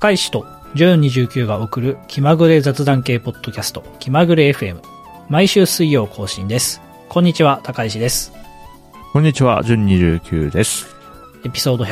高石と1029が送る気まぐれ雑談系ポッドキャスト気まぐれ FM、 毎週水曜更新です。こんにちは、高石です。 こんにちは、1029です。 エピソード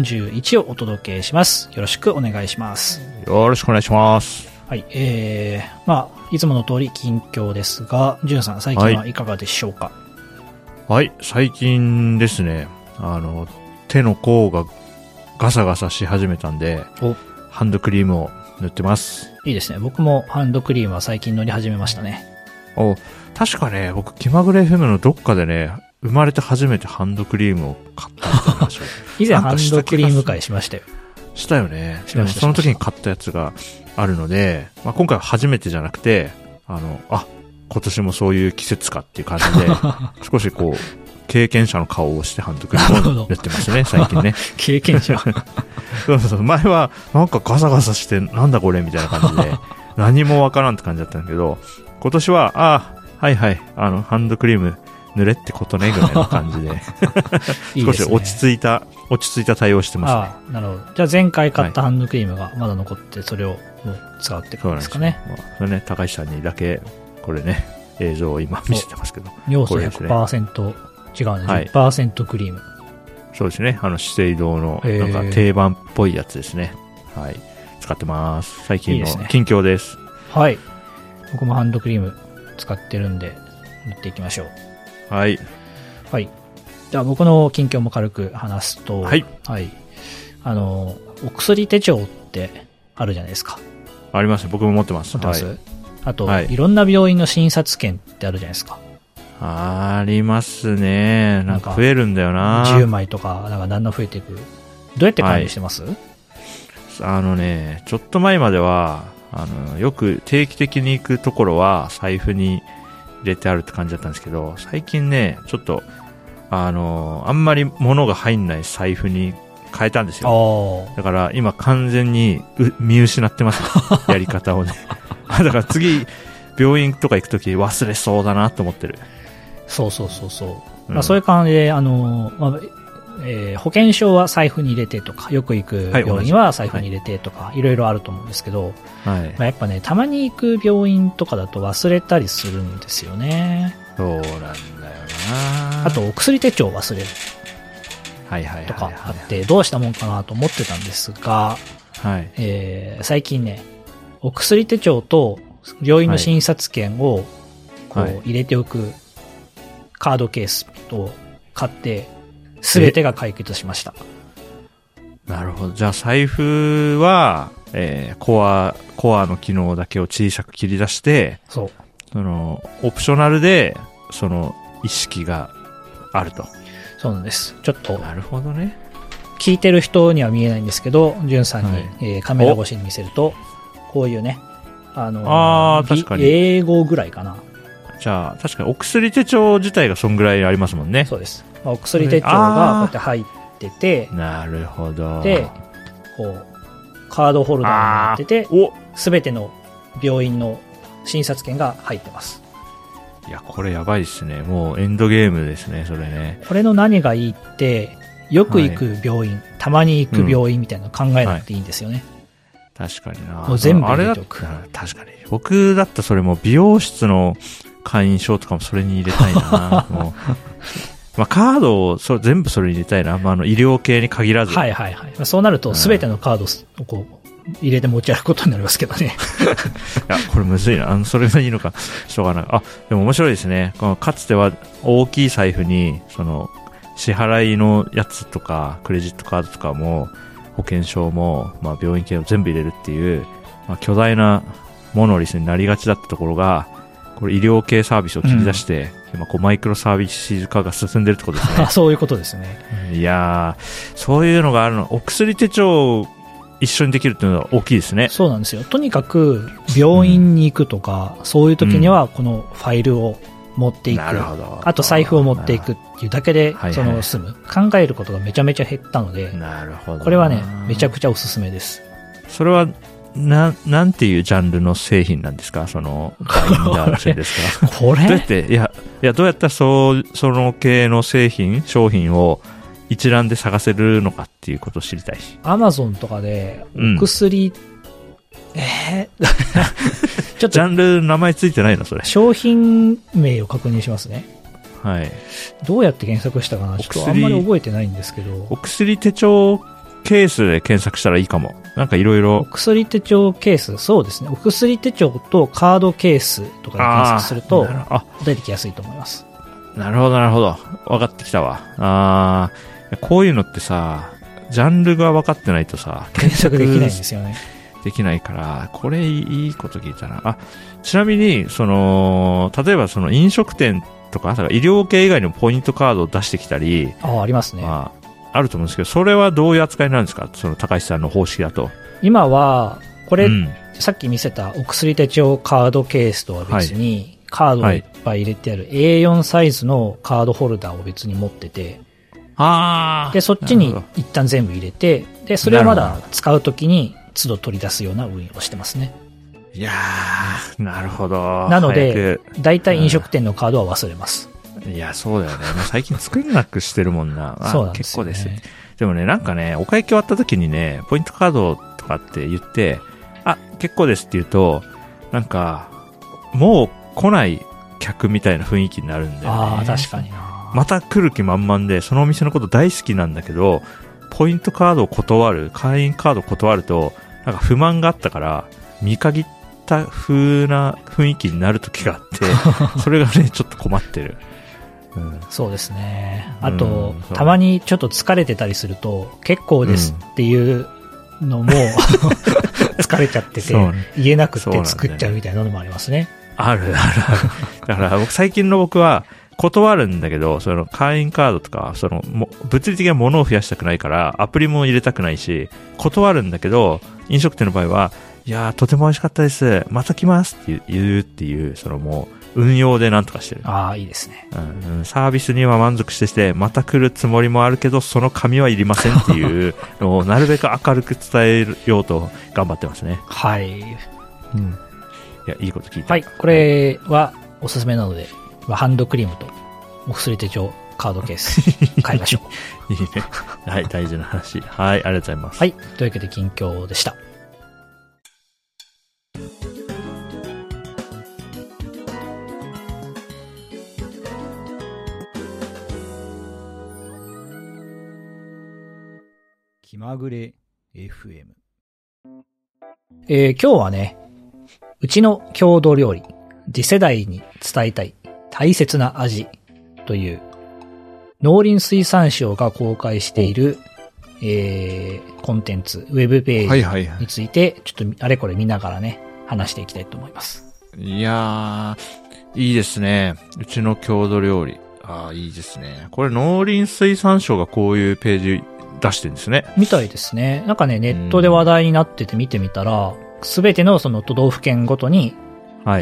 141をお届けします。よろしくお願いします。 よろしくお願いします。 はい、いつもの通り近況ですが、じゅんさん最近はいかがでしょうか？ はい、最近ですね、手の甲がガサガサし始めたんで、ハンドクリームを塗ってます。 いいですね。僕もハンドクリームは最近塗り始めましたね。 確かね、僕気まぐれ FM のどっかでね、生まれて初めてハンドクリームを買ったみたいな話を以前ハンドクリーム会しましたよ。 したよね。その時に買ったやつがあるので、今回は初めてじゃなくて、今年もそういう季節かっていう感じで、少しこう、経験者の顔をしてハンドクリームを塗ってますね、最近ね。 経験者そう、前はなんかガサガサしてなんだこれみたいな感じで、何もわからんって感じだったんだけど、今年は、はいはい、ハンドクリーム塗れってことね、ぐらいな感じで。少し落ち着いた対応してますね。 なるほど。じゃあ前回買ったハンドクリームがまだ残って、それを使うってことですかね。 それね、高橋さんにだけ、これね、映像を今見せてますけど。 尿素 100%、違うね、10% クリーム。 そうですね、資生堂のなんか定番っぽいやつですね。はい。使ってます。最近の近況です。 はい。僕もハンドクリーム使ってるんで、塗っていきましょう。 はい。 はい。じゃあ僕の近況も軽く話すと、 はい。 はい。お薬手帳ってあるじゃないですか。 あります。僕も持ってます。 持ってます。はい、あと、 はい、 いろんな病院の診察券ってあるじゃないですか。 ありますね。なんか増えるんだよな。 10枚とか、なんかだんだん増えていく。どうやって管理してます？ ちょっと前までは、よく定期的に行くところは財布に入れてあるって感じだったんですけど、最近ね、ちょっと、あんまり物が入んない財布に変えたんですよ。だから今完全に見失ってます。やり方をね。だから次、病院とか行くとき忘れそうだなと思ってる。そう。 そういう感じで、保険証は財布に入れてとか、よく行く病院は財布に入れてとか、いろいろあると思うんですけど、やっぱね、たまに行く病院とかだと忘れたりするんですよね。 そうなんだよな。 あと、お薬手帳忘れる。とかあって、どうしたもんかなと思ってたんですが、最近ね、お薬手帳と病院の診察券をこう入れておくカードケースを買って、すべてが解決しました。 なるほど。じゃあ財布は、コアの機能だけを小さく切り出して、オプショナルで、意識があると。そうなんです。ちょっと。なるほどね。 聞いてる人には見えないんですけど、ジュンさんに、カメラ越しに見せると、こういうね、 確かに。 英語ぐらいかな。 じゃあ、確かにお薬手帳自体がそんぐらいありますもんね。 そうです。お薬手帳がこうやって入ってて、 なるほど。 で、こう、カードホルダーになってて、すべての病院の診察券が入ってます。 いや、これやばいですね。もうエンドゲームですね、それね。 これの何がいいって、よく行く病院、たまに行く病院みたいなの考えなくていいんですよね。 確かにな。 もう全部入れておく。 確かに。僕だったらそれも美容室の会員証とかもそれに入れたいな。もうカードを全部それに入れたいな。医療系に限らず。 そうなると全てのカードをこう入れて持ち歩くことになりますけどね。 いや、これむずいな。それがいいのか、しょうがない。でも面白いですね。かつては大きい財布に、支払いのやつとか、クレジットカードとかも、保険証も、病院系を全部入れるっていう、巨大なモノリスになりがちだったところが、これ医療系サービスを切り出して、今マイクロサービス化が進んでるってことですね。 そういうことですね。 いやー、そういうのがあるの。お薬手帳一緒にできるっていうのは大きいですね。 そうなんですよ。とにかく病院に行くとか、そういう時にはこのファイルを持っていく。あと財布を持っていくっていうだけで済む。考えることがめちゃめちゃ減ったので、これはね、めちゃくちゃおすすめです。 それはなんていうジャンルの製品なんですか？バインダー製ですか？ これどうやって、どうやったらその系の商品を一覧で探せるのかっていうことを知りたいし。 Amazon とかで、お薬、ちょっと。 ジャンル名前ついてないのそれ。 商品名を確認しますね。 はい。 どうやって検索したかな、ちょっとあんまり覚えてないんですけど。 お薬手帳ケースで検索したらいいかも。なんかいろいろ。 お薬手帳ケース、そうですね。お薬手帳とカードケースとかで検索すると、出てきやすいと思います。 なるほど、なるほど。分かってきたわ。こういうのってさ、ジャンルが分かってないとさ、 検索できないんですよね。 できないから、これいいこと聞いたな。ちなみに、例えば飲食店とか、医療系以外にもポイントカードを出してきたり。 ありますね。 あると思うんですけど、それはどういう扱いなんですか？高橋さんの方式だと。 今は、これ、さっき見せたお薬手帳カードケースとは別に、カードをいっぱい入れてある A4 サイズのカードホルダーを別に持ってて、で、そっちに一旦全部入れて、で、それをまだ使うときに都度取り出すような運用をしてますね。 いやー、なるほど。 なので、だいたい飲食店のカードは忘れます。 いや、そうだよね。もう最近作んなくしてるもんな。 そうなんですよね。 結構です。でもね、なんかね、お会計終わった時にね、ポイントカードとかって言って、結構ですって言うと、なんか、もう来ない客みたいな雰囲気になるんだよね。 確かにな。 また来る気満々で、そのお店のこと大好きなんだけど、ポイントカードを断る、会員カードを断ると、なんか不満があったから、見限った風な雰囲気になる時があって、それがね、ちょっと困ってる。 そうですね。あと、たまにちょっと疲れてたりすると、結構ですっていうのも、疲れちゃってて、言えなくて作っちゃうみたいなのもありますね。 ある。だから最近の僕は断るんだけど、会員カードとか、物理的なものを増やしたくないから、アプリも入れたくないし、断るんだけど、飲食店の場合は、いやー、とても美味しかったです。また来ますって言うっていう、もう、運用でなんとかしてる。 いいですね。 サービスには満足して、また来るつもりもあるけど、その紙はいりませんっていうのを、なるべく明るく伝えようと頑張ってますね。 はい。 いや、いいこと聞いた。 はい、これはおすすめなので、ハンドクリームとお薬手帳カードケース買いましょう。いいね。はい、大事な話。はい、ありがとうございます。 はい、というわけで近況でした。気まぐれ FM。今日はね、うちの郷土料理、次世代に伝えたい大切な味という農林水産省が公開している、コンテンツ、ウェブページについて、ちょっとあれこれ見ながらね、話していきたいと思います。 いやー、いいですね。うちの郷土料理。いいですね。これ農林水産省がこういうページ出してるんですね。 みたいですね。なんかね、ネットで話題になってて見てみたら、すべてのその都道府県ごとに、はい、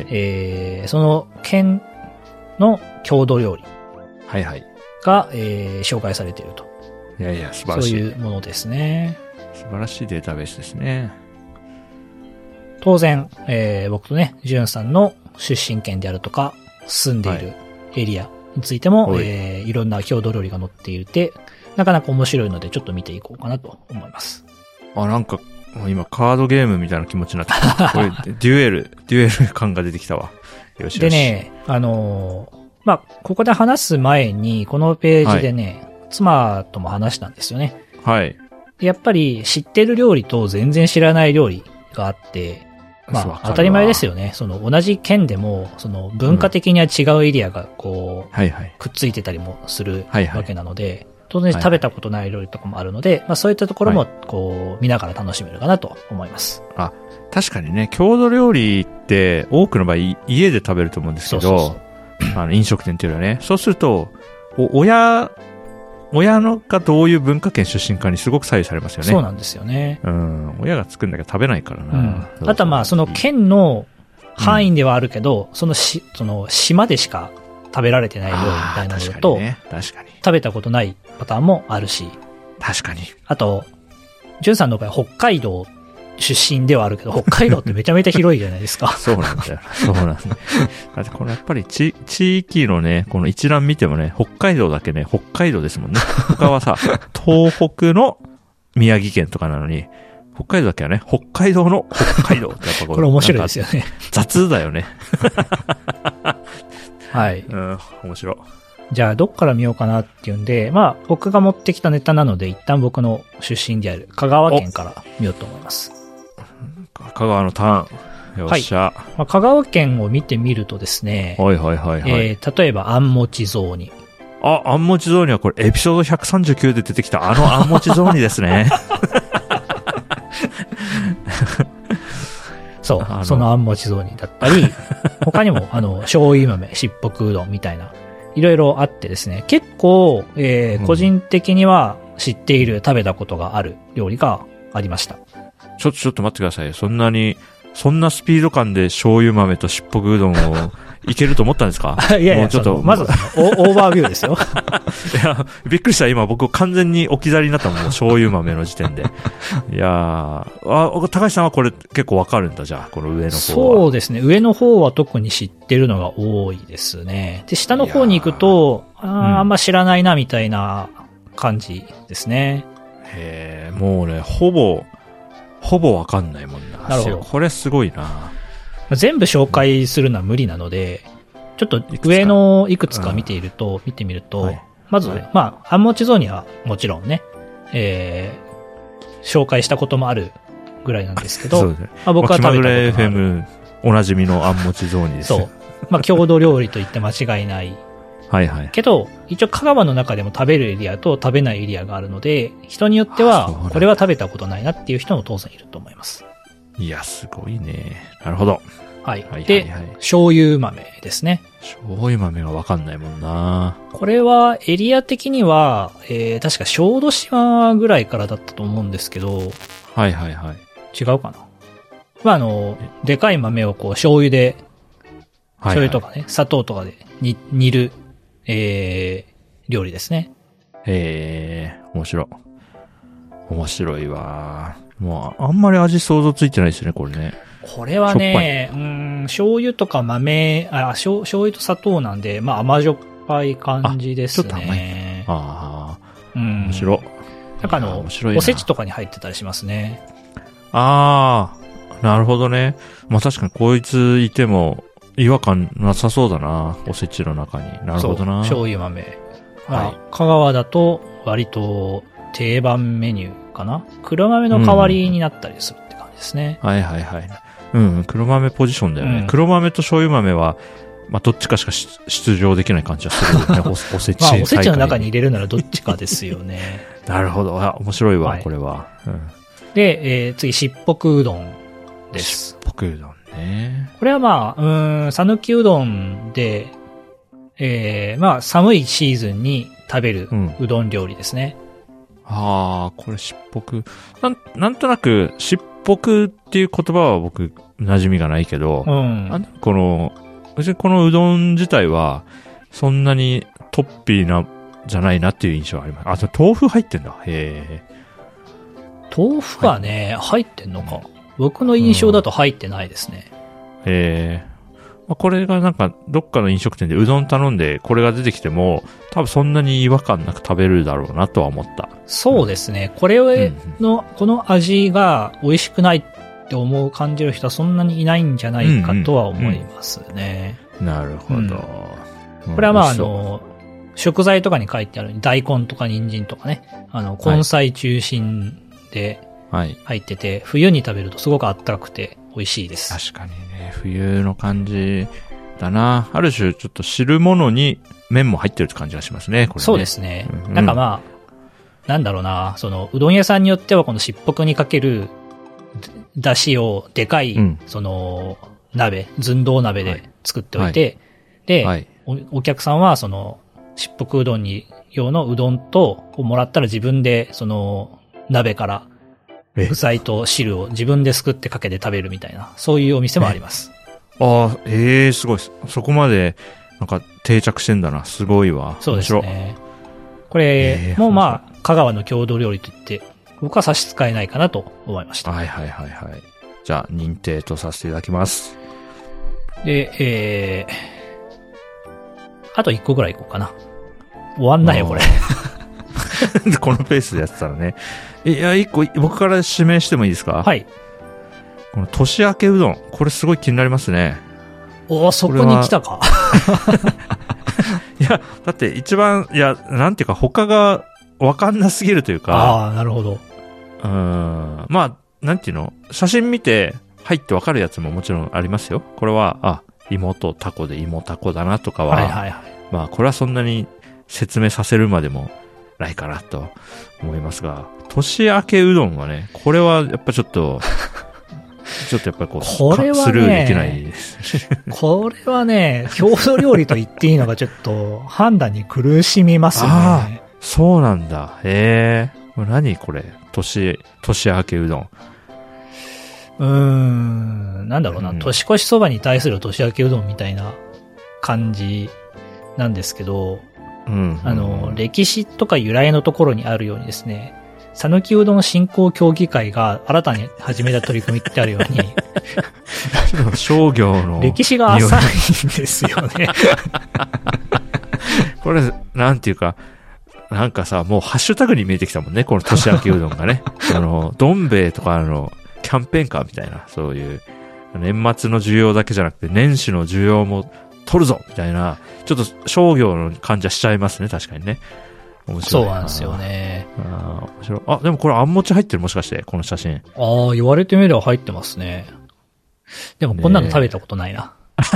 その県の郷土料理が、紹介されていると。 いやいや、素晴らしい。 そういうものですね。 素晴らしいデータベースですね。 当然、僕とね、ジュンさんの出身県であるとか、住んでいるエリアについても、いろんな郷土料理が載っていて、なかなか面白いのでちょっと見ていこうかなと思います。 なんか、今カードゲームみたいな気持ちになってきた。これ、デュエル感が出てきたわ。よしよし。 でね、ここで話す前に、このページでね、妻とも話したんですよね。 はい。 でやっぱり知ってる料理と全然知らない料理があって、当たり前ですよね。同じ県でも、文化的には違うエリアがくっついてたりもするわけなので、当然食べたことない料理とかもあるので、そういったところも、見ながら楽しめるかなと思います。 確かにね、郷土料理って多くの場合、家で食べると思うんですけど、飲食店っていうのはね、そうすると、親のがどういう文化圏出身かにすごく左右されますよね。 そうなんですよね。 親が作るんだけど食べないからな。 あとはその県の範囲ではあるけど、その島でしか食べられてない料理みたいなのだと、 確かに食べたことないパターンもあるし。 確かに。 あと、ジュンさんの場合北海道出身ではあるけど、北海道ってめちゃめちゃ広いじゃないですか。 そうなんだよ。そうなんだよ。だってこれやっぱり地域のね、この一覧見てもね、北海道だけね、北海道ですもんね。他はさ、東北の宮城県とかなのに、北海道だけはね、北海道の北海道ってやっぱこれ面白いですよね。 雑だよね。 はい。 面白い。 じゃあ、どっから見ようかなっていうんで、まあ、僕が持ってきたネタなので、一旦僕の出身である香川県から見ようと思います。 香川のターン。よっしゃ。はい、 まあ、香川県を見てみるとですね。 はいはいはいはい。 例えば、あんもち雑煮。 あんもち雑煮はこれエピソード139で出てきたあんもち雑煮ですね。 そう、そのあんもち雑煮だったり、他にも、醤油豆、しっぽくうどんみたいな、いろいろあってですね、結構、個人的には知っている、食べたことがある料理がありました。 ちょっと待ってください。そんなスピード感で醤油豆としっぽくうどんをいけると思ったんですか？ いやいや、ちょっと、まず、オーバービューですよ。 いや、びっくりした。今僕完全に置き去りになったもん、醤油豆の時点で。いや高橋さんはこれ結構わかるんだ、じゃあ、この上の方は。 そうですね。上の方は特に知ってるのが多いですね。で、下の方に行くと、あんま知らないな、みたいな感じですね。 へえ、もうね、ほぼわかんないもんな。 なるほど。 これすごいな。 全部紹介するのは無理なので、ちょっと上のいくつか見てみると、はい、まず、はい、まあ、あんもち雑煮はもちろんね、紹介したこともあるぐらいなんですけど、 そうですね。 まあ、僕は食べたことがある。 気まぐれ FM おなじみのあんもち雑煮です。 そう。まあ、郷土料理と言って間違いない。 はいはい。 けど、一応香川の中でも食べるエリアと食べないエリアがあるので、人によっては、これは食べたことないなっていう人も当然いると思います。 いや、すごいね。なるほど。 はい。で、醤油豆ですね。 醤油豆がわかんないもんな。 これは、エリア的には、確か小豆島ぐらいからだったと思うんですけど。 はいはいはい。 違うかな。まあ、でかい豆をこう、醤油で、醤油とかね、砂糖とかで煮る、料理ですね。 面白いわ。もう、あんまり味想像ついてないですよね、これね。 これはね、醤油とか醤油と砂糖なんで、まあ甘じょっぱい感じですね。ちょっと甘い。面白い。 なんかおせちとかに入ってたりしますね。 なるほどね。まあ確かにこいついても違和感なさそうだな、おせちの中に。なるほどな。 醤油豆。はい。香川だと割と定番メニューかな。黒豆の代わりになったりするって感じですね。 はいはいはい。黒豆ポジションだよね。黒豆と醤油豆は、まあ、どっちかしか出場できない感じはするよね。おせち。 まあ、おせちの中に入れるならどっちかですよね。 なるほど。面白いわ、これは。 で、次、しっぽくうどんです。 しっぽくうどんね。 これはまあ、さぬきうどんで、まあ、寒いシーズンに食べるうどん料理ですね。 これしっぽく。なんとなく、しっぽくっていう言葉は僕、馴染みがないけど、別にこのうどん自体は、そんなにトッピーじゃないなっていう印象があります。豆腐入ってんだ。 豆腐がね、入ってんのか。僕の印象だと入ってないですね。 これがなんか、どっかの飲食店でうどん頼んで、これが出てきても、多分そんなに違和感なく食べるだろうなとは思った。 そうですね。この味が美味しくないって感じる人はそんなにいないんじゃないかとは思いますね。 なるほど。 これはまあ食材とかに書いてあるように大根とか人参とかね、根菜中心で入ってて、冬に食べるとすごくあったかくて美味しいです。 確かにね、冬の感じだな。ある種ちょっと汁物に麺も入ってるって感じがしますね、これね。 そうですね。なんかまあ、なんだろうな、うどん屋さんによってはこのしっぽくにかける出汁をでかい、鍋、寸胴鍋で作っておいて、で、お客さんはしっぽくうどん用のうどんをもらったら自分で鍋から具材と汁を自分ですくってかけて食べるみたいな、そういうお店もあります。 すごい。そこまでなんか定着してんだな。すごいわ。 そうですね。これもまあ香川の郷土料理と言って僕は差し支えないかなと思いました。 はいはいはいはい。じゃあ、認定とさせていただきます。 で、あと1個ぐらいいこうかな。終わんないよ、これ。 このペースでやってたらね。いや、1個、僕から指名してもいいですか？ はい。 この年明けうどん。これすごい気になりますね。 おー、そこに来たか。 いや、だって一番、いや、なんていうか他がわかんなすぎるというか。 ああ、なるほど。 まあ、なんていうの？写真見て、入ってわかるやつももちろんありますよ。これは、妹タコで芋タコだなとかは。はいはいはい。まあ、これはそんなに説明させるまでもないかなと思いますが、年明けうどんはね、これはやっぱちょっとやっぱりこれはね、スルーできないです。 これはね、郷土料理と言っていいのがちょっと判断に苦しみますね。ああ、 そうなんだ。何これ？年明けうどん。なんだろうな、年越しそばに対する年明けうどんみたいな感じなんですけど、歴史とか由来のところにあるようにですね、讃岐うどん振興協議会が新たに始めた取り組みってあるように、 商業の歴史が浅いんですよね。 これ、なんていうか、なんかさ、もうハッシュタグに見えてきたもんね、この年明けうどんがね。どん兵衛とかキャンペーンカーみたいな、そういう、年末の需要だけじゃなくて、年始の需要も取るぞみたいな、ちょっと商業の感じはしちゃいますね、確かにね。面白い。 そうなんですよね。 面白い。でもこれあんもち入ってる、もしかして、この写真。 言われてみれば入ってますね。でもこんなの食べたことないな。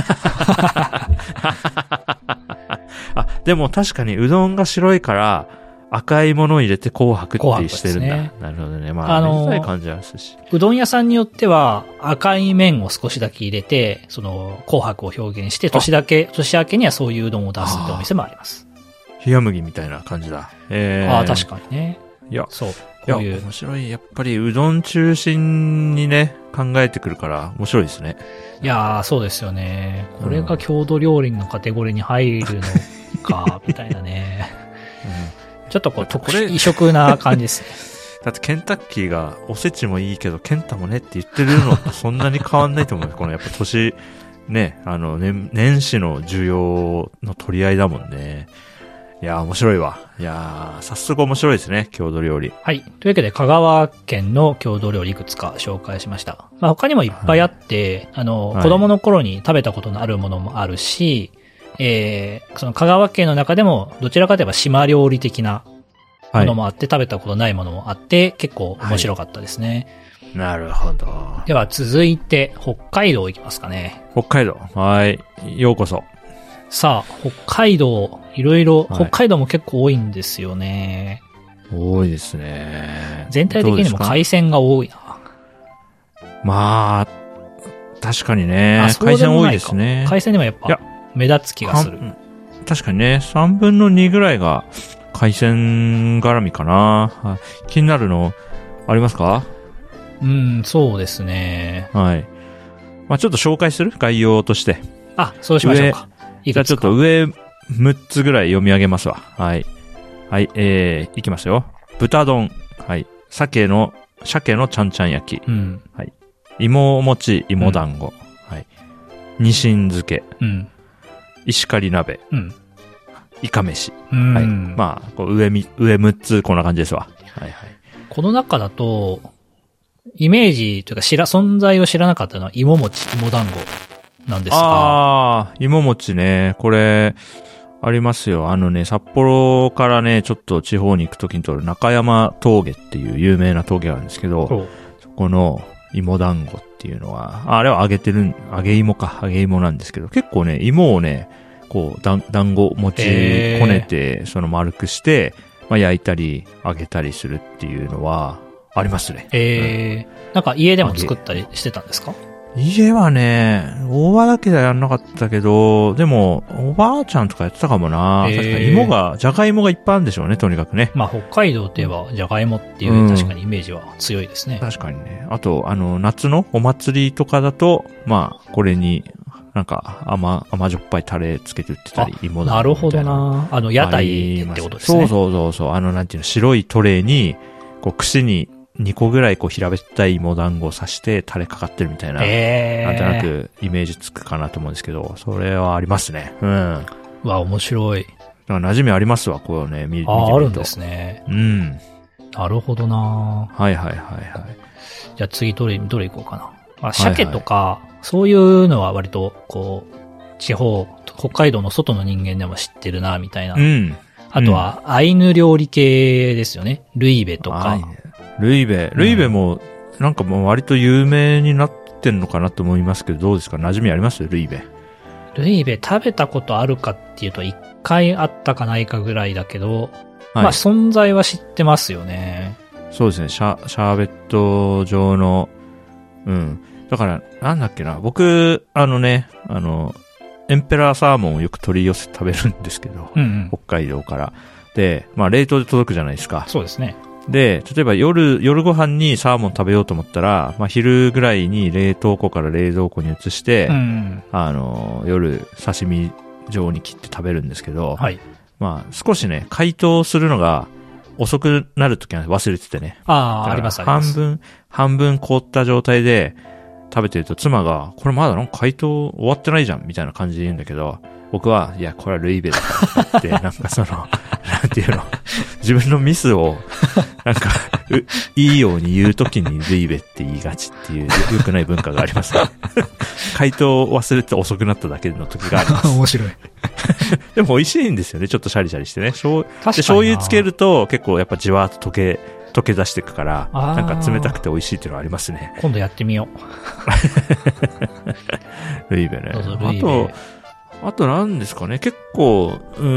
でも確かにうどんが白いから赤いものを入れて紅白ってしてるんだ。ね、なるほどね。まあ、めでたい感じはすし。 うどん屋さんによっては赤い麺を少しだけ入れて、その紅白を表現して、年明けにはそういううどんを出すってお店もあります。 冷麦みたいな感じだ。 確かにね。 いや、 そう。 こういう。面白い。やっぱりうどん中心にね、考えてくるから面白いですね。 いやー、そうですよね。これが郷土料理のカテゴリーに入るのか、みたいなね。ちょっと異色な感じですね。 だってケンタッキーがおせちもいいけど、ケンタもねって言ってるのとそんなに変わんないと思うよ。このやっぱ年始の需要の取り合いだもんね。いやー、面白いわ。いやー、早速面白いですね、郷土料理。 はい。というわけで、香川県の郷土料理いくつか紹介しました。まあ、他にもいっぱいあって、子供の頃に食べたことのあるものもあるし、その香川県の中でも、どちらかといえば島料理的なものもあって、食べたことないものもあって、結構面白かったですね。 なるほど。 では、続いて、北海道行きますかね。 北海道。はい。ようこそ。 さあ、北海道、いろいろ、北海道も結構多いんですよね。 多いですね。 全体的にも海鮮が多いな。 まあ、確かにね。海鮮多いですね。 海鮮でもやっぱ目立つ気がする。 確かにね、3分の2ぐらいが海鮮絡みかな。気になるのありますか？ そうですね。 はい。まあちょっと紹介する？概要として。 そうしましょうか。 じゃあちょっと上6つぐらい読み上げますわ。はい。はい、いきますよ。豚丼。はい。鮭のちゃんちゃん焼き。はい。芋餅、芋団子。はい。にしん漬け。石狩鍋。イカ飯。はい。まあ、上6つこんな感じですわ。はいはい。 この中だと、イメージというか存在を知らなかったのは芋餅、芋団子なんですが。 芋餅ね。これ、ありますよ。札幌からね、ちょっと地方に行くときに通る中山峠っていう有名な峠があるんですけど、そこの芋団子っていうのは、あれは揚げ芋なんですけど、結構ね、芋をね、こう、団子こねて、その丸くして、まあ焼いたり揚げたりするっていうのは、ありますね。 なんか家でも作ったりしてたんですか？ 家はね、大葉だけではやんなかったけど、でも、おばあちゃんとかやってたかもな。確かにじゃがいもがいっぱいあるんでしょうね、とにかくね。 まあ、北海道といえば、じゃがいもっていう、確かにイメージは強いですね。 確かにね。あと、夏のお祭りとかだと、まあ、これに、なんか、甘じょっぱいタレつけて売ってたり、芋だ。 なるほどな。屋台ってことですね。 そう。なんていうの、白いトレーに、 こう串に2個ぐらいこう平べったい芋団子を刺してタレかかってるみたいな、なんとなくイメージつくかなと思うんですけど、それはありますね。うん。 わ、面白い。 だから馴染みありますわ、こうね、見てみると。 あるんですね。 うん。 なるほどな。 はいはいはいはい。 じゃあ次どれ行こうかな。まあ、鮭とか、はいはい、そういうのは割と、こう、北海道の外の人間でも知ってるな、みたいな。うん。あとは、アイヌ料理系ですよね。ルイベとか。 ルイベも、なんかもう割と有名になってんのかなと思いますけど、どうですか？馴染みありますルイベ。 ルイベ食べたことあるかっていうと、一回あったかないかぐらいだけど、はい、まあ存在は知ってますよね。 そうですね。シャーベット状の、うん。だから、なんだっけな。僕、エンペラーサーモンをよく取り寄せて食べるんですけど、うんうん、北海道から。で、まあ冷凍で届くじゃないですか。 そうですね。 で、例えば夜ご飯にサーモン食べようと思ったら、まあ昼ぐらいに冷凍庫から冷蔵庫に移して、うんうん、夜刺身状に切って食べるんですけど、はい、まあ少しね、解凍するのが遅くなるときは忘れててね。 ありますあります。 半分凍った状態で食べてると妻が、これまだなんか解凍終わってないじゃんみたいな感じで言うんだけど、僕は、いや、これはルイベだからって、なんかなんていうの、自分のミスを、なんか、いいように言うときにルイベって言いがちっていう、良くない文化がありますね。解凍を忘れて遅くなっただけの時があります。 面白い。 でも美味しいんですよね、ちょっとシャリシャリしてね。醤油つけると結構やっぱじわーっと溶け出していくから、なんか冷たくて美味しいっていうのはありますね。 今度やってみよう。ルイベね。あと何ですかね、結構、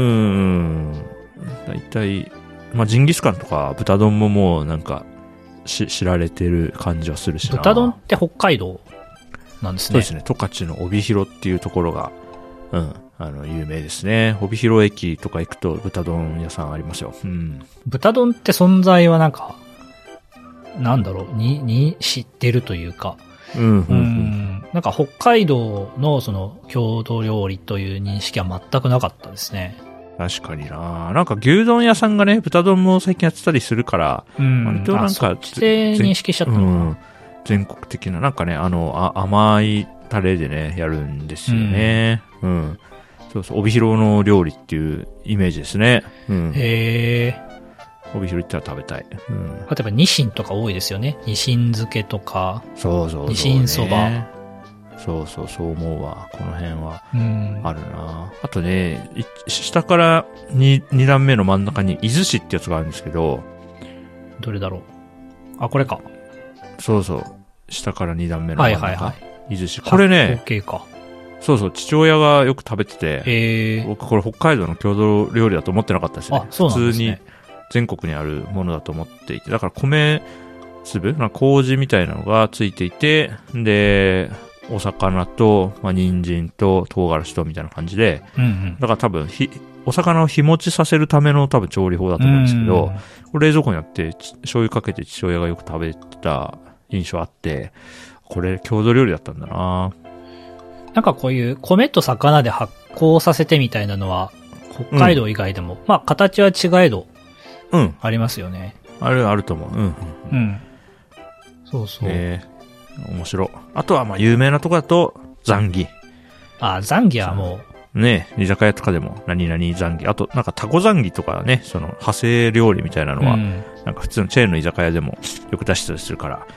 だいたい、まあ、ジンギスカンとか豚丼ももうなんか、知られてる感じはするしな。 豚丼って北海道なんですね。 そうですね。十勝の帯広っていうところが、有名ですね。帯広駅とか行くと豚丼屋さんありますよ。うん。 豚丼って存在はなんか、なんだろう、に知ってるというか、なんか北海道のその郷土料理という認識は全くなかったですね。 確かにな。なんか牛丼屋さんがね、豚丼も最近やってたりするから、割となんか、 そっちで認識しちゃったのかな。 全国的な、なんかね、甘いタレでね、やるんですよね。そうそう、帯広の料理っていうイメージですね。 へー。 帯広行ったら食べたい。 例えばニシンとか多いですよね。ニシン漬けとか。 そう、 ニシンそば。 そう思うわ。この辺は。あるな。あとね、下から2段目の真ん中に伊豆市ってやつがあるんですけど。 どれだろう。あ、これか。 そう。下から2段目の真ん中。はい。伊豆市。 これね。OK か。 そう、父親がよく食べてて。僕これ北海道の郷土料理だと思ってなかったですね。 あ、そうなんですね。 普通に全国にあるものだと思っていて。だから米粒、麹みたいなのがついていて、で、お魚と、まあ、人参と唐辛子とみたいな感じで、だから多分お魚を日持ちさせるための多分調理法だと思うんですけど、これ冷蔵庫にあって醤油かけて父親がよく食べてた印象あって、これ郷土料理だったんだな。 なんかこういう米と魚で発酵させてみたいなのは北海道以外でも、まあ形は違えど、ありますよね。 あると思う。 そう。 面白い。あとはまあ有名なとこだとザンギ。 ザンギはもうね、居酒屋とかでも何々ザンギ。あとなんかタコザンギとかね、その派生料理みたいなのは、なんか普通のチェーンの居酒屋でもよく出してたりするから、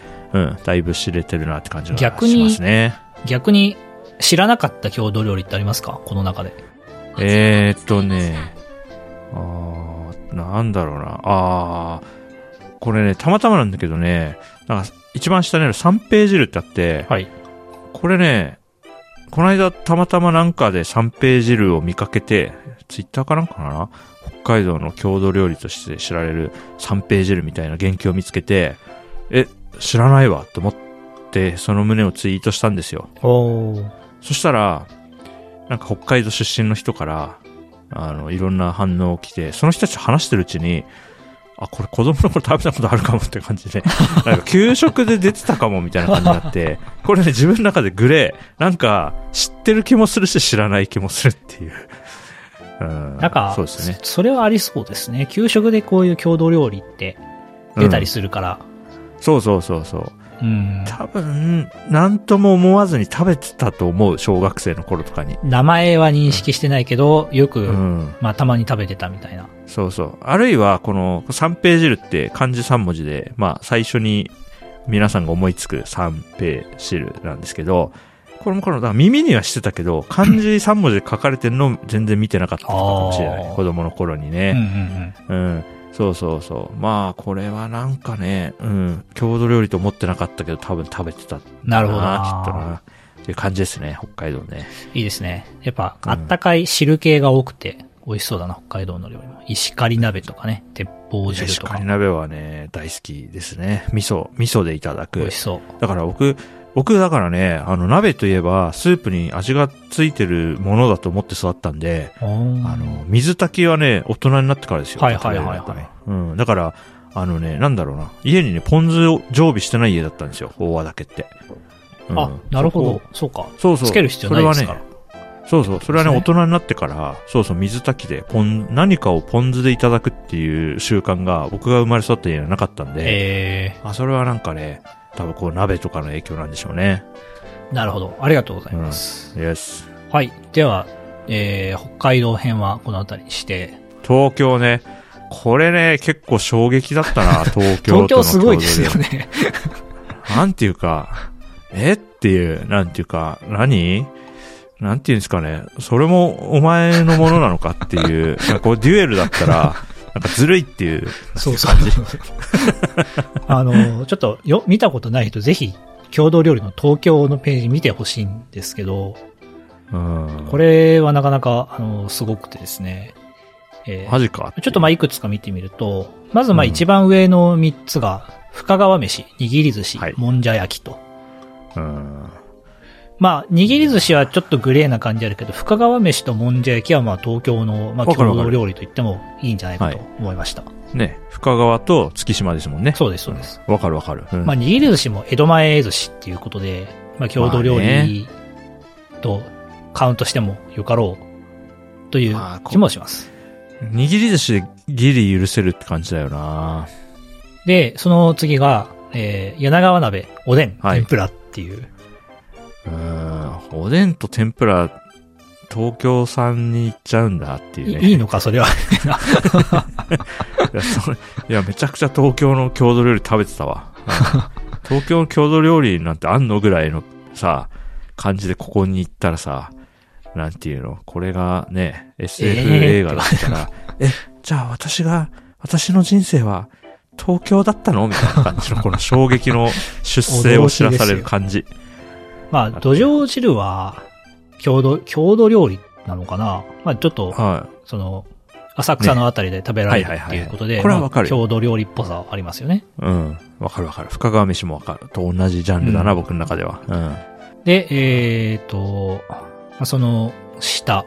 だいぶ知れてるなって感じがしますね。 逆に知らなかった郷土料理ってありますか？この中で。 なんだろうな。これね、たまたまなんだけどね、なんか一番下にある三平汁ってあって、はい。これね、この間たまたまなんかで三平汁を見かけて、ツイッターかなんかな？北海道の郷土料理として知られる三平汁みたいな元気を見つけて、知らないわと思って、その旨をツイートしたんですよ。そしたら、なんか北海道出身の人から、いろんな反応来て、その人たちと話してるうちに、これ子供の頃食べたことあるかもって感じで、なんか給食で出てたかもみたいな感じになって、これね、自分の中でグレー、なんか知ってる気もするし知らない気もするっていう。 なんか、そうですね。それはありそうですね。給食でこういう郷土料理って、 出たりするから。 そうそうそうそう。多分、なんとも思わずに食べてたと思う、小学生の頃とかに。 名前は認識してないけど、よく、まあたまに食べてたみたいな。 そうそう。あるいは、この三平汁って漢字3文字で、まあ最初に皆さんが思いつく三平汁なんですけど、この頃、だから耳にはしてたけど、漢字3文字で書かれてるの全然見てなかったかもしれない。子供の頃にね。そうそうそう。まあ、これはなんかね、郷土料理と思ってなかったけど、多分食べてた。 なるほどな。 きっとな。っていう感じですね、北海道ね。 いいですね。やっぱ、あったかい汁系が多くて、美味しそうだな、北海道の料理も。石狩鍋とかね、鉄砲汁とか。 石狩鍋はね、大好きですね。味噌でいただく。 美味しそう。 だから僕だからね、鍋といえば、スープに味がついてるものだと思って育ったんで、水炊きはね、大人になってからですよ。 はいはいはいはい。 だから、なんだろうな。家にね、ポン酢を常備してない家だったんですよ、大和岳って。 なるほど。そうか。 そうそう。 つける必要ないですから。 そうそう。それはね、大人になってから、そうそう、水炊きで、何かをポン酢でいただくっていう習慣が、僕が生まれ育った家にはなかったんで、それはなんかね、多分こう鍋とかの影響なんでしょうね。 なるほど。ありがとうございます。 Yes。 はい。では、北海道編はこの辺りにして。 東京ね。これね、結構衝撃だったな、東京との。 東京すごいですよね。 なんていうか、っていう、なんていうか、なんていうんですかね。それもお前のものなのかっていう、こうデュエルだったら、なんかずるいっていう感じ。そうそう。ちょっと見たことない人、ぜひ、郷土料理の東京のページ見てほしいんですけど、これはなかなか、すごくてですね。 マジか。 ちょっとまあいくつか見てみると、まずまあ一番上の3つが、深川飯、握り寿司、もんじゃ焼きと。まあ、握り寿司はちょっとグレーな感じあるけど、深川飯ともんじゃ焼きはまあ東京の、まあ郷土料理と言ってもいいんじゃないかと思いました。 ね、深川と月島ですもんね。 そうです、そうです。 わかるわかる。 まあ、握り寿司も江戸前寿司っていうことで、まあ、郷土料理とカウントしてもよかろうという気もします。 握り寿司でギリ許せるって感じだよな。 で、その次が、柳川鍋、おでん、天ぷらっていう。 おでんと天ぷら、東京産に行っちゃうんだっていうね。 いいのか、それは。 いや、めちゃくちゃ東京の郷土料理食べてたわ。東京の郷土料理なんてあんのぐらいのさ、感じでここに行ったらさ、なんていうの、これがね、SF 映画だったら、じゃあ私の人生は東京だったのみたいな感じの、この衝撃の出世を知らされる感じ。 まあ、土壌汁は、郷土料理なのかな。まあ、ちょっと、その、浅草のあたりで食べられるっていうことで、 これはわかる。 郷土料理っぽさはありますよね。 わかるわかる。深川飯もわかる。と同じジャンルだな、僕の中では。 で、その下。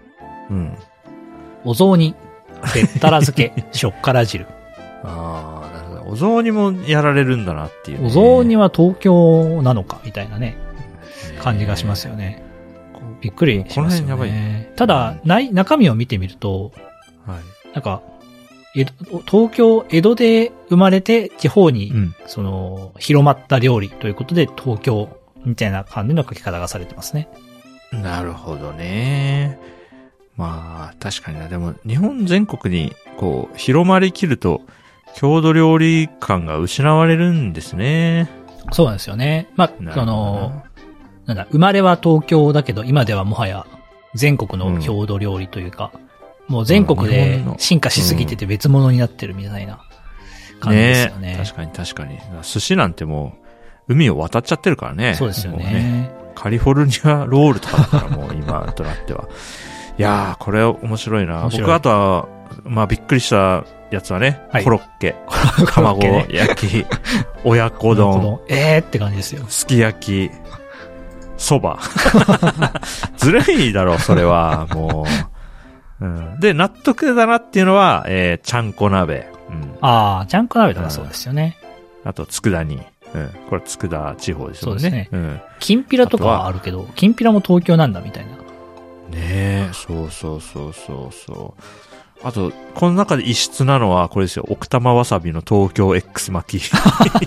お雑煮、べったら漬け、しょっから汁。 なるほど。お雑煮もやられるんだなっていう、 お雑煮は東京なのか、みたいなね、感じがしますよね。びっくりしますよね。この辺やばい。ただ、中身を見てみると、なんか、東京、江戸で生まれて地方に、広まった料理ということで、東京みたいな感じの書き方がされてますね。 なるほどね。まあ、確かにな。でも、日本全国に、こう、広まりきると、郷土料理感が失われるんですね。 そうなんですよね。まあ、生まれは東京だけど、今ではもはや全国の郷土料理というか、もう全国で進化しすぎてて別物になってるみたいな感じですよね。 確かに確かに。寿司なんてもう、海を渡っちゃってるからね。 そうですよね。 カリフォルニアロールとかだからもう今となっては。いやー、これ面白いな。僕あとは、まあびっくりしたやつはね、コロッケ、卵焼き、親子丼。 って感じですよ。 すき焼き、蕎麦。ずるいだろ、それは、もう。で、納得だなっていうのは、ちゃんこ鍋。 ちゃんこ鍋とかそうですよね。 あと、佃煮。これ、佃地方ですよね。そうですね。 きんぴらとかはあるけど、きんぴらも東京なんだみたいな。 ねえ、そう。 あと、この中で異質なのは、これですよ。奥多摩わさびの東京 X 巻き。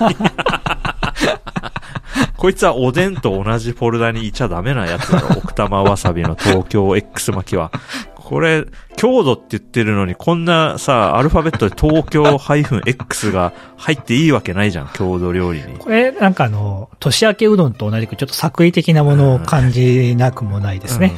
こいつはおでんと同じフォルダにいちゃダメなやつだろ。奥多摩わさびの東京 X 巻きは。これ、郷土って言ってるのに、こんなさ、アルファベットで東京 -X が入っていいわけないじゃん、郷土料理に。 これ、なんか年明けうどんと同じくちょっと作為的なものを感じなくもないですね。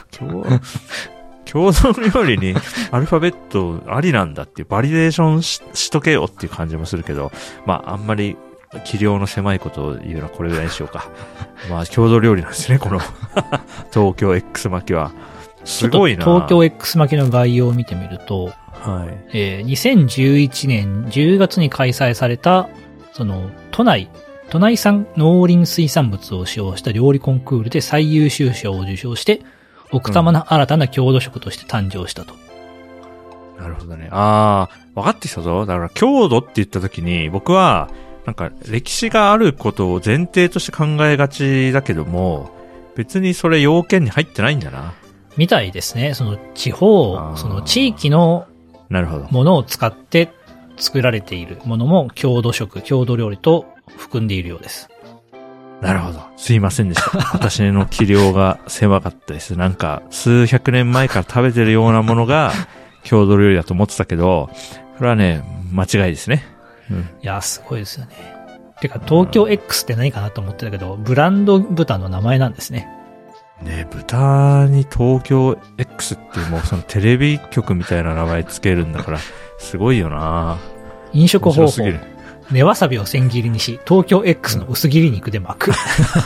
郷土料理にアルファベットありなんだっていうバリデーション しとけよっていう感じもするけど、まあ、あんまり、器量の狭いことを言うのはこれぐらいにしようか。まあ、郷土料理なんですね、この東京 X 巻きは。すごいな。 東京 X 巻きの概要を見てみると、 はい。 2011年10月に開催された、都内産農林水産物を使用した料理コンクールで最優秀賞を受賞して、奥多摩の新たな郷土食として誕生したと。 なるほどね。ああ、分かってきたぞ。だから、郷土って言った時に、僕は、なんか、歴史があることを前提として考えがちだけども、別にそれ要件に入ってないんだな。 みたいですね。地方、地域のものを使って作られているものも郷土食、郷土料理と含んでいるようです。 なるほど。すいませんでした。私の器量が狭かったです。なんか、数百年前から食べてるようなものが郷土料理だと思ってたけど、これはね、間違いですね。うん、 いや、すごいですよね。てか、東京 X って何かなと思ってたけど、ブランド豚の名前なんですね。 ね、豚に東京 X っていうもうそのテレビ局みたいな名前つけるんだから、すごいよな。 飲食方法。根わさびを千切りにし、東京 X の薄切り肉で巻く。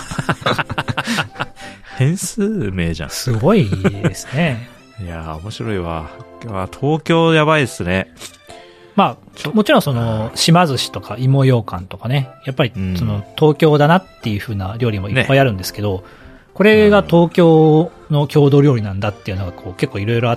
変数名じゃん。 すごいですね。 いやー、面白いわ。東京やばいですね。 まあ、もちろん島寿司とか芋羊羹とかね、やっぱり東京だなっていう風な料理もいっぱいあるんですけど、ね、これが東京の郷土料理なんだっていうのが結構いろいろあって、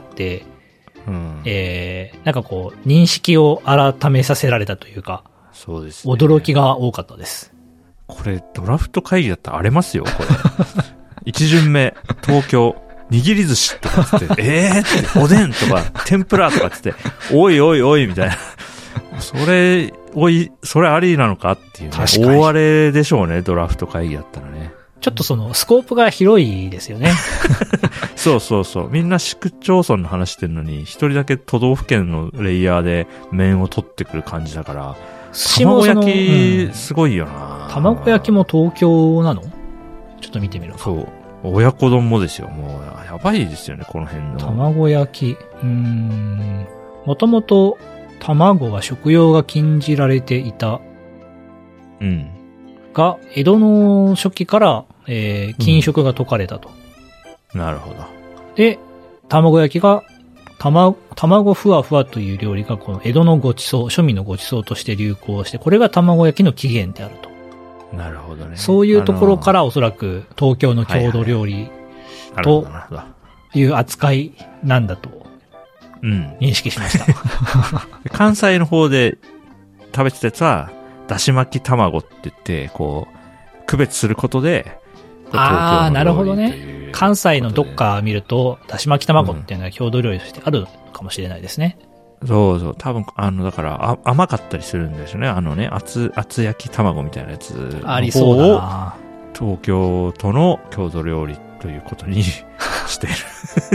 なんか認識を改めさせられたというか、 そうですね。 驚きが多かったです。 これ、ドラフト会議だったら荒れますよ、これ。一巡目、東京、握り寿司とかつって、って、おでんとか、天ぷらとかつって、おいおいおい、みたいな。それありなのかっていうね。大荒れでしょうね、ドラフト会議だったらね。 ちょっとスコープが広いですよね。 そうそうそう。みんな市区町村の話してるのに、一人だけ都道府県のレイヤーで面を取ってくる感じだから、卵焼き、すごいよな。 卵焼きも東京なの？ちょっと見てみるか。 そう。親子丼もですよ。もう、やばいですよね、この辺の。 卵焼き。もともと、卵は食用が禁じられていた。 うん。 が、江戸の初期から、禁食が解かれたと。 なるほど。 で、卵焼きが、卵ふわふわという料理がこの江戸のごちそう、庶民のごちそうとして流行して、これが卵焼きの起源であると。 なるほどね。 そういうところからおそらく東京の郷土料理という扱いなんだと認識しました。 関西の方で食べてたやつは、だし巻き卵って言って、区別することで、 ああ、なるほどね。関西のどっか見ると、だし巻き卵っていうのは郷土料理としてあるかもしれないですね。 そうそう。多分、だから、甘かったりするんですよね。厚焼き卵みたいなやつ。 ありそうだな。 東京都の郷土料理ということにしている。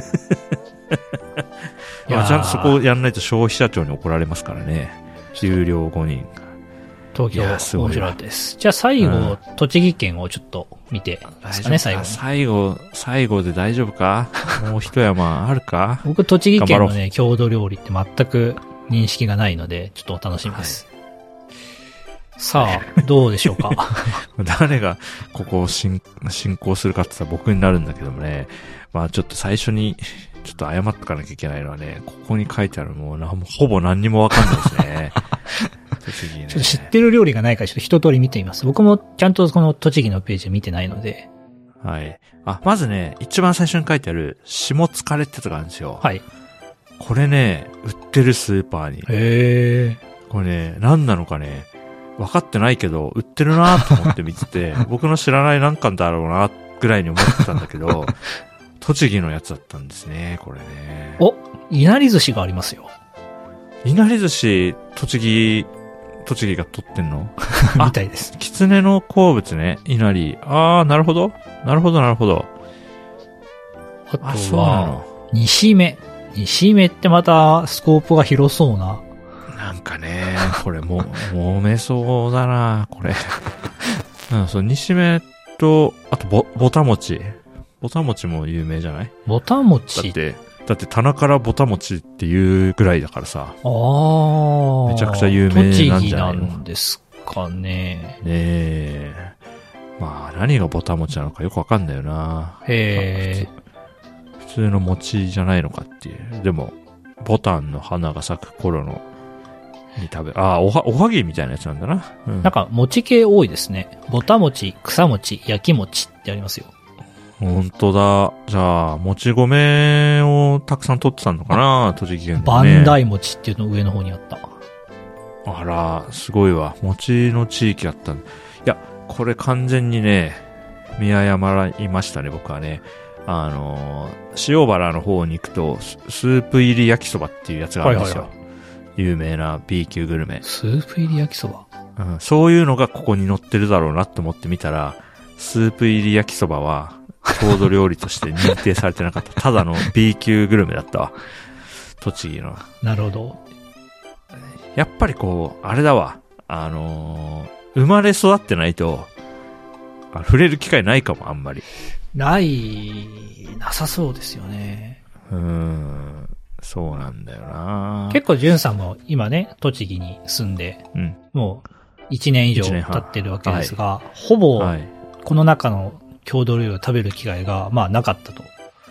ちゃんとそこをやんないと消費者庁に怒られますからね。有料5人。 東京、面白かったです。じゃあ最後、栃木県をちょっと見てですかね、最後。 最後で大丈夫か？もう一山あるか？ 僕、栃木県のね、郷土料理って全く認識がないので、ちょっとお楽しみです。さあ、どうでしょうか？ 誰がここを進行するかって言ったら僕になるんだけどもね。まあちょっと最初に、ちょっと謝っとかなきゃいけないのはね、ここに書いてあるもうほぼ何にもわかんないですね。栃木ね。 ちょっと知ってる料理がないからちょっと一通り見てみます。僕もちゃんとこの栃木のページを見てないので。 はい。まずね、一番最初に書いてある、下疲れってやつがあるんですよ。 はい。 これね、売ってるスーパーに。 へー。 これね、何なのかね、分かってないけど、売ってるなと思って見てて、僕の知らないなんかだろうな、ぐらいに思ってたんだけど、 栃木のやつだったんですね、これね。 お、いなり寿司がありますよ。 いなり寿司、栃木が取ってんのみたいです。 狐の好物ね、いなり。あー、なるほど。なるほど。 あとは、西目。西目ってまたスコープが広そうな。 なんかね、これも、揉めそうだな、これ。うん、そう、西目と、あと、ぼたもち。ぼたもちも有名じゃない？ ぼたもちだって棚からぼたもちっていうぐらいだからさ。めちゃくちゃ有名なんじゃないの？ 栃木なんですかね。 ねえ。まあ、何がぼたもちなのかよくわかんないよな。 へえ。 普通の餅じゃないのかっていう。でも、ボタンの花が咲く頃の、に食べる。おはぎみたいなやつなんだな。 うん、なんか、餅系多いですね。ぼた餅、草餅、焼き餅ってありますよ。 ほんとだ。じゃあ、もち米をたくさん取ってたのかな、栃木県で、ね。 バンダイ餅っていうの上の方にあった。 あら、すごいわ。餅の地域だったんだ。いや、これ完全にね、見誤りましたね、僕はね。塩原の方に行くと、スープ入り焼きそばっていうやつがあるんですよ。はいはいはい、有名な B 級グルメ。 スープ入り焼きそば、 うん、そういうのがここに載ってるだろうなって思ってみたら、スープ入り焼きそばは、郷土料理として認定されてなかった。ただの B 級グルメだったわ。栃木の。 なるほど。 やっぱりこう、あれだわ。生まれ育ってないと、触れる機会ないかも、あんまり。 なさそうですよね。 そうなんだよな。 結構、ジュンさんも今ね、栃木に住んで、うん、もう1年以上経ってるわけですが、はい、ほぼ、この中の郷土料理を食べる機会が、まあなかったと。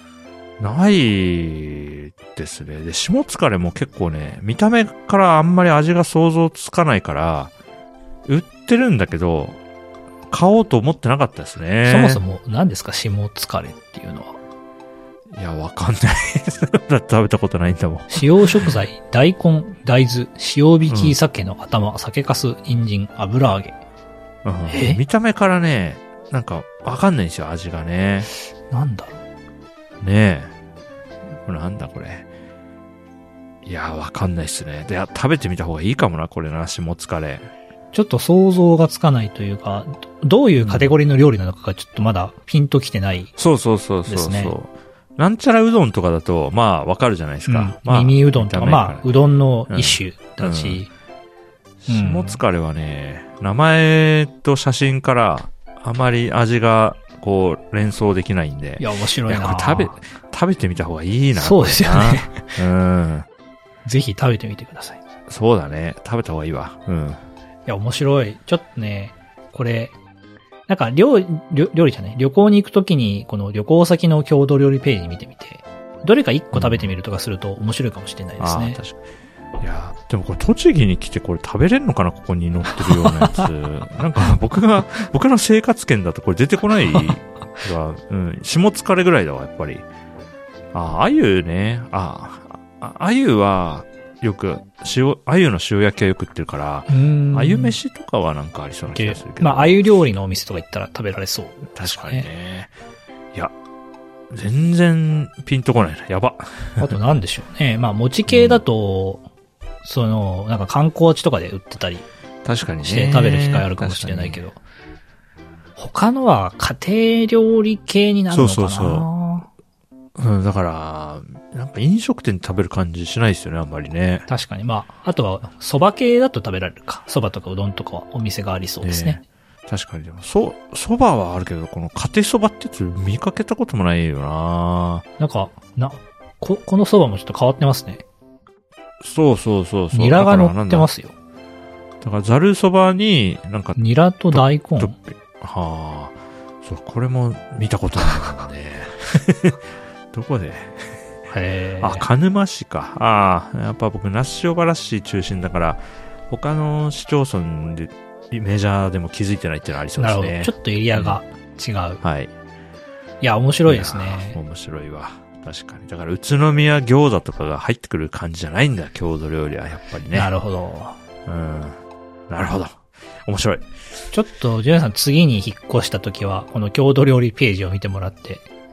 ないですね。で、下疲れも結構ね、見た目からあんまり味が想像つかないから、売ってるんだけど、買おうと思ってなかったですね。 そもそも何ですか、下疲れっていうのは。 いや、わかんない。だって食べたことないんだもん。 使用食材、大根、大豆、塩引き鮭の頭、酒粕、人参、油揚げ。 見た目からね、なんかわかんないんですよ、味がね。 なんだろう。ねえ。これなんだこれ。いや、わかんないっすね。で、食べてみた方がいいかもな、これな、下疲れ。 ちょっと想像がつかないというか、どういうカテゴリーの料理なのかがちょっとまだピンときてないですね。 そう。なんちゃらうどんとかだと、まあ、わかるじゃないですか。 まあ、耳うどんとか、まあ、うどんの一種だし。 下疲れはね、名前と写真からあまり味がこう連想できないんで。 いや、面白いな。 これ食べてみた方がいいな。 そうですよね。 ぜひ食べてみてください。 そうだね。食べた方がいいわ。いや、面白い。ちょっとね、これ、なんか料理じゃない、旅行に行くときに、この旅行先の郷土料理ページ見てみて、どれか一個食べてみるとかすると面白いかもしれないですね。 確かに。いや、でもこれ栃木に来てこれ食べれんのかな、ここに載ってるようなやつ。なんか僕の生活圏だとこれ出てこないが、下疲れぐらいだわ、やっぱり。鮎ね。鮎は、よく、鮎の塩焼きはよく売ってるから、鮎飯とかはなんかありそうな気がするけど。 まあ、鮎料理のお店とか行ったら食べられそう、ね。 確かにね。いや、全然ピンとこないな。やば。 あとなんでしょうね。まあ、餅系だと、なんか観光地とかで売ってたり確かにね。 して食べる機会あるかもしれないけど。他のは家庭料理系になるのかな。 そう。だから、なんか飲食店で食べる感じしないですよね、あんまりね。 確かに。まあ、あとは、蕎麦系だと食べられるか。蕎麦とかうどんとかはお店がありそうですね。 確かに。でも、蕎麦はあるけど、この家庭蕎麦ってやつ見かけたこともないよな。 なんか、この蕎麦もちょっと変わってますね。 そう。 ニラが乗ってますよ。 だから、ざる蕎麦に、なんか、 ニラと大根。 そう、これも見たことないもんね。どこで鹿沼市か。やっぱ僕、那須塩原市中心だから、他の市町村で、メジャーでも気づいてないっていうのはありそうですね。 なるほど。ちょっとエリアが違う。 はい。 いや、面白いですね。 面白いわ。確かに。だから、宇都宮餃子とかが入ってくる感じじゃないんだ、郷土料理は、やっぱりね。 なるほど。 なるほど。面白い。 ちょっと、ジュンさん次に引っ越した時は、この郷土料理ページを見てもらって、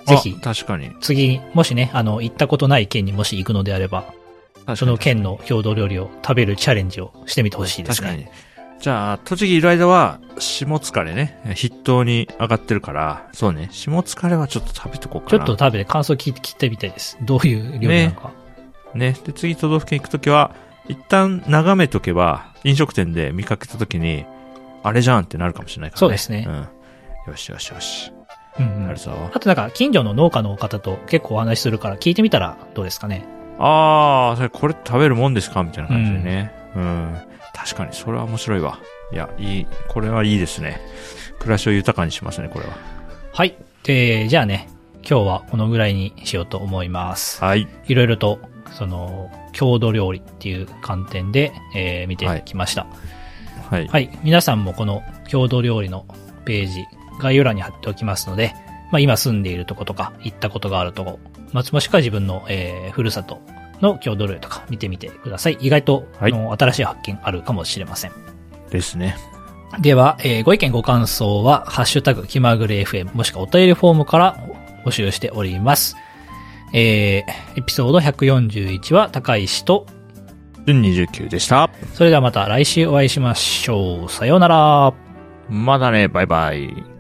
ぜひ、 確かに。 次、もしね、行ったことない県にもし行くのであれば、その県の郷土料理を食べるチャレンジをしてみてほしいですね。 確かに。じゃあ、栃木いる間は、下疲れね、筆頭に上がってるから、そうね、下疲れはちょっと食べとこうかな。 ちょっと食べて感想聞いてみたいです。どういう料理なのか。 ね。で、次都道府県行くときは、一旦眺めとけば、飲食店で見かけたときに、あれじゃんってなるかもしれないからね。 そうですね。 うん。よし。 うんなるぞ。 あとなんか、近所の農家の方と結構お話しするから聞いてみたらどうですかね。 あー、これ食べるもんですかみたいな感じでね。確かに、それは面白いわ。いや、これはいいですね。暮らしを豊かにしますね、これは。 はい。じゃあね、今日はこのぐらいにしようと思います。 はい。 いろいろと、郷土料理っていう観点で、見てきました。 はい。 はい。皆さんもこの郷土料理のページ、概要欄に貼っておきますので、まあ今住んでいるとことか、行ったことがあるとこ、もしくは自分の、ふるさとの郷土料理とか見てみてください。意外と、新しい発見あるかもしれません。 ですね。 では、ご意見ご感想は、ハッシュタグ気まぐれ FM もしくはお便りフォームから募集しております。エピソード141は高石と 29でした。 それではまた来週お会いしましょう。さようなら。 まだね、バイバイ。